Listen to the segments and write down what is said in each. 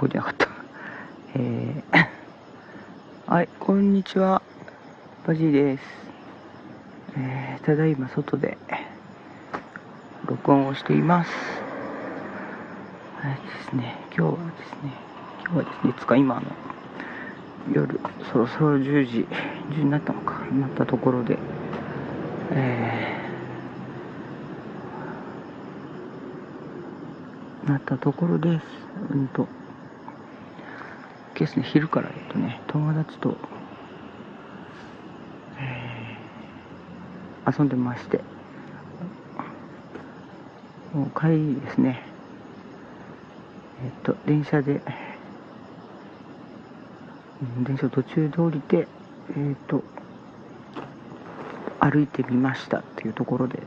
じゃなかった。はい、こんにちは。バジーです。ただいま外で録音をしています。ですね、今日はですね、いつか今夜そろそろ10時になったのかなったところで、なったところです。ですね、昼から友達と、遊んでまして、もう帰りですね、電車を途中で降りて、歩いてみましたっていうところで、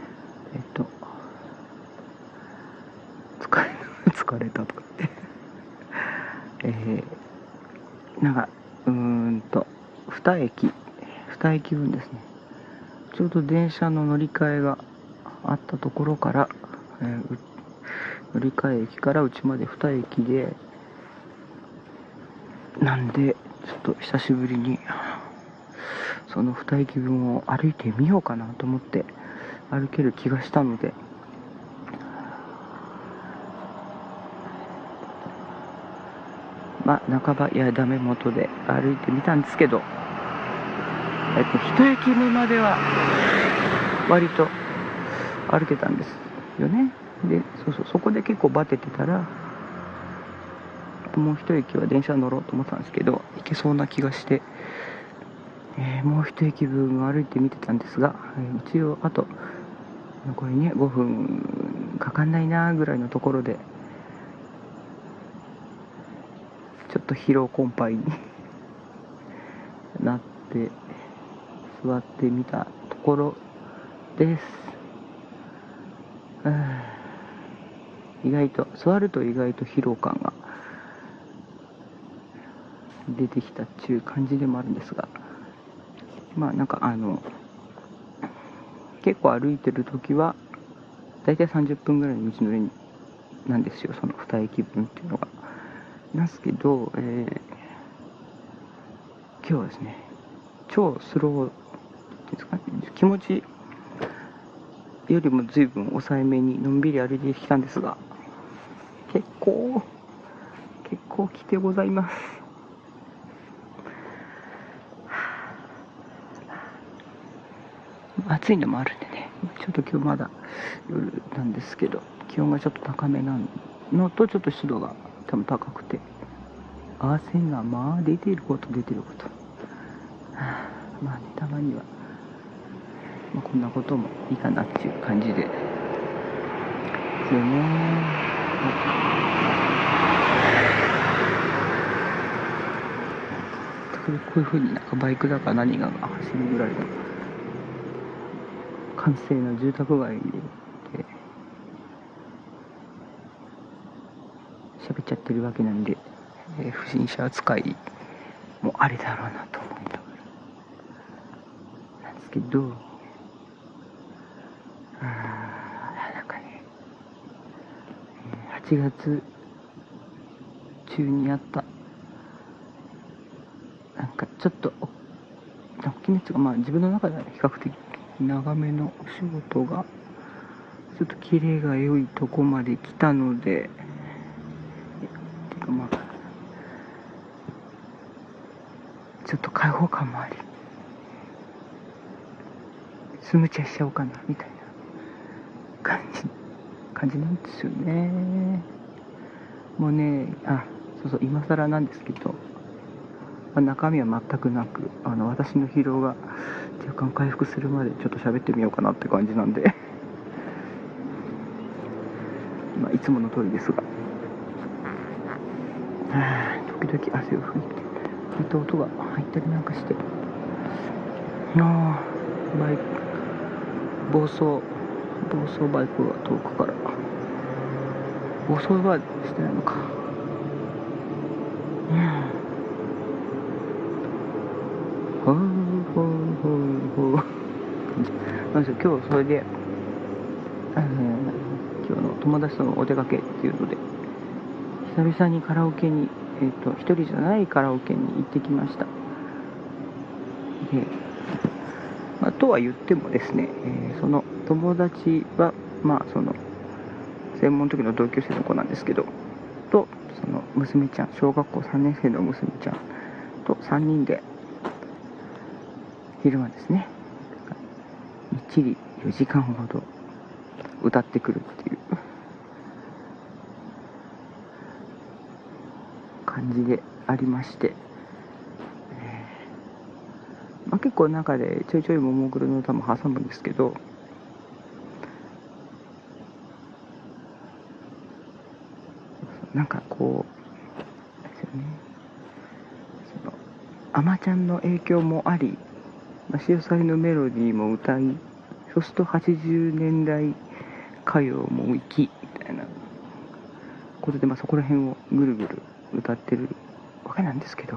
疲れたとか言って2駅分ですね。ちょうど電車の乗り換えがあったところから、乗り換え駅からうちまで2駅で、なんでちょっと久しぶりにその2駅分を歩いてみようかなと思って歩ける気がしたので、半ばダメ元で歩いてみたんですけど、1駅目までは割と歩けたんですよね。で、そこで結構バテてたら、もう1駅は電車乗ろうと思ってたんですけど、行けそうな気がして、もう1駅分歩いてみてたんですが、一応あと残りね5分かかんないなぐらいのところで、ちょっと疲労困憊になって座ってみたところです。座ると意外と疲労感が出てきたっていう感じでもあるんですが、結構歩いてる時はだいたい30分ぐらいの道のりなんですよ、その2駅分っていうのが。なんですけど、今日はですね、超スローっていうんですかね、気持ちよりも随分抑えめにのんびり歩いてきたんですが、結構来てございます。暑いのもあるんでね、ちょっと今日まだ夜なんですけど、気温がちょっと高めなのと、ちょっと湿度が多分高くて、汗が出ていること、たまには、こんなこともいいかなっていう感じですよね。こういう風にバイクだか何が走るぐらいの閑静な住宅街で喋っちゃってるわけなんで、不審者扱いもありだろうなと思いながらなんですけど、8月中にやったちょっと大きめっていうか、自分の中では比較的長めのお仕事がちょっとキレが良いとこまで来たので、ちょっと開放感もあり、スムチャしちゃおうかなみたいな感じなんですよね。もうね、今更なんですけど、中身は全くなく、私の疲労が若干回復するまでちょっと喋ってみようかなって感じなんでいつもの通りですが、時々汗を拭いた音が入ったりなんかして、暴走バイクが遠くから、暴走はしてないのか。今日それで、今日の友達とのお出かけっていうので久々にカラオケに、一人じゃないカラオケに行ってきました。で、とは言ってもですね、その友達はその専門の時の同級生の子なんですけど、とその娘ちゃん、小学校3年生の娘ちゃんと3人で昼間ですね、みっちり4時間ほど歌ってくるっていう感じでありまして、結構中でちょいちょいももクロの歌も挟むんですけど、なんかこうですよね、そのあまちゃんの影響もあり、潮騒のメロディーも歌い、そうすると80年代歌謡も行きみたいなことで、そこら辺をぐるぐる歌ってるわけなんですけど、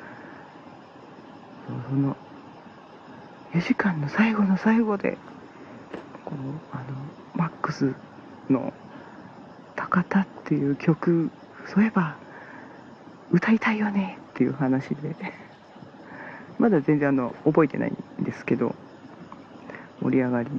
その4時間の最後の最後でこのマックスの「高田」っていう曲、そういえば歌いたいよねっていう話で、まだ全然覚えてないんですけど、盛り上がり、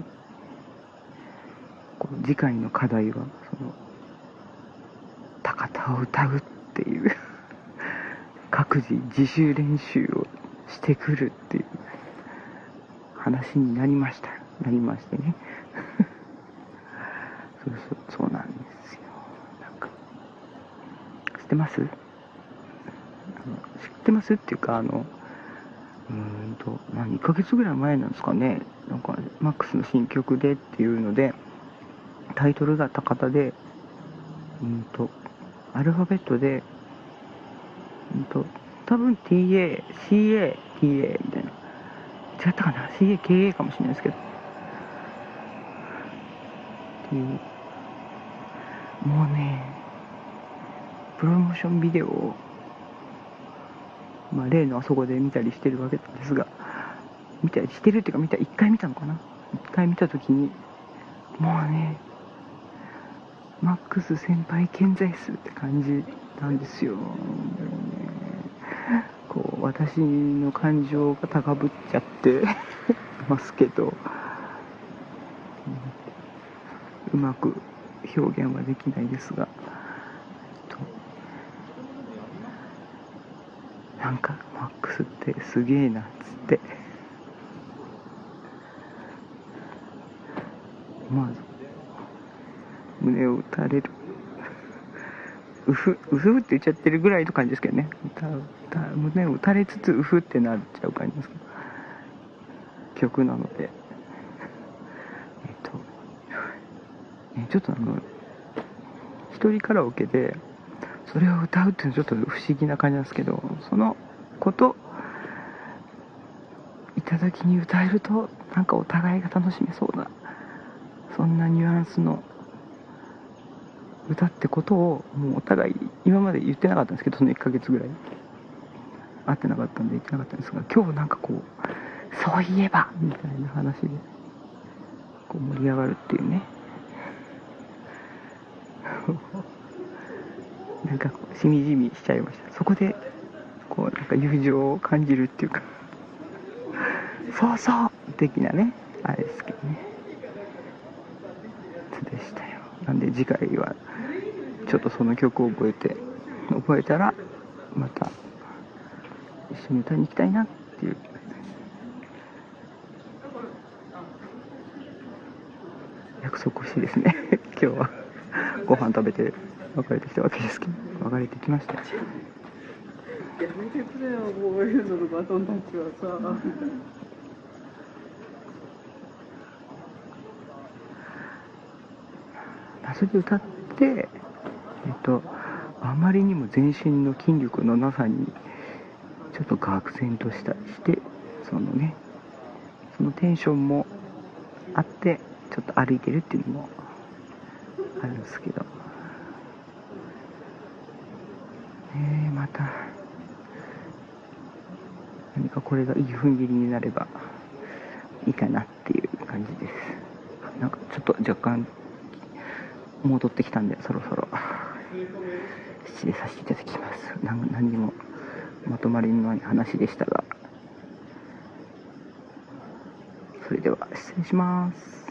次回の課題はその高田を歌うっていう各自自主練習をしてくるっていう話になりましてねそうなんですよ。なんか知ってますっていうか、1ヶ月ぐらい前なんですかね、なんかマックスの新曲でっていうので、タイトルが高田で、アルファベットで、多分 TACATA みたいな、違ったかな、 CAKA かもしれないですけどっていう、もうね、プロモーションビデオを、例のあそこで見たりしてるわけなんですが、見たりしてるっていうか、1回見たのかな、1回見た時に、もうね、マックス先輩健在っすって感じなんですよ。私の感情が高ぶっちゃってますけど、うまく表現はできないですが、なんかマックスってすげえなっつって、胸を打たれる、うふって言っちゃってるぐらいの感じですけどね、胸を打たれつつうふってなっちゃう感じですけど、曲なので、ちょっと一人カラオケでそれを歌うっていうのはちょっと不思議な感じなんですけど、そのこと頂に歌えると、なんかお互いが楽しめそうな、そんなニュアンスの歌ってことを、もうお互い今まで言ってなかったんですけど、その1ヶ月ぐらい会ってなかったんで言ってなかったんですが、今日なんかそういえばみたいな話で盛り上がるっていうねなんかしみじみしちゃいました。そこでなんか友情を感じるっていうかそうそう的なね、あれですけどね、でしたよ。なんで次回はちょっとその曲を覚えたらまた一緒に歌いに行きたいなっていう約束をしてですね今日はご飯食べて別れてきたわけですけど、別れてきました。やめてくれよ、こういうのとバトンタッチはさ。それで歌って、あまりにも全身の筋力のなさにちょっと愕然として、そのテンションもあってちょっと歩いてるっていうのもあるんですけど、また何かこれがいい踏ん切りになればいいかなっていう感じです。なんかちょっと若干戻ってきたんで、そろそろ失礼させていただきます。何にもまとまりのない話でしたが、それでは失礼します。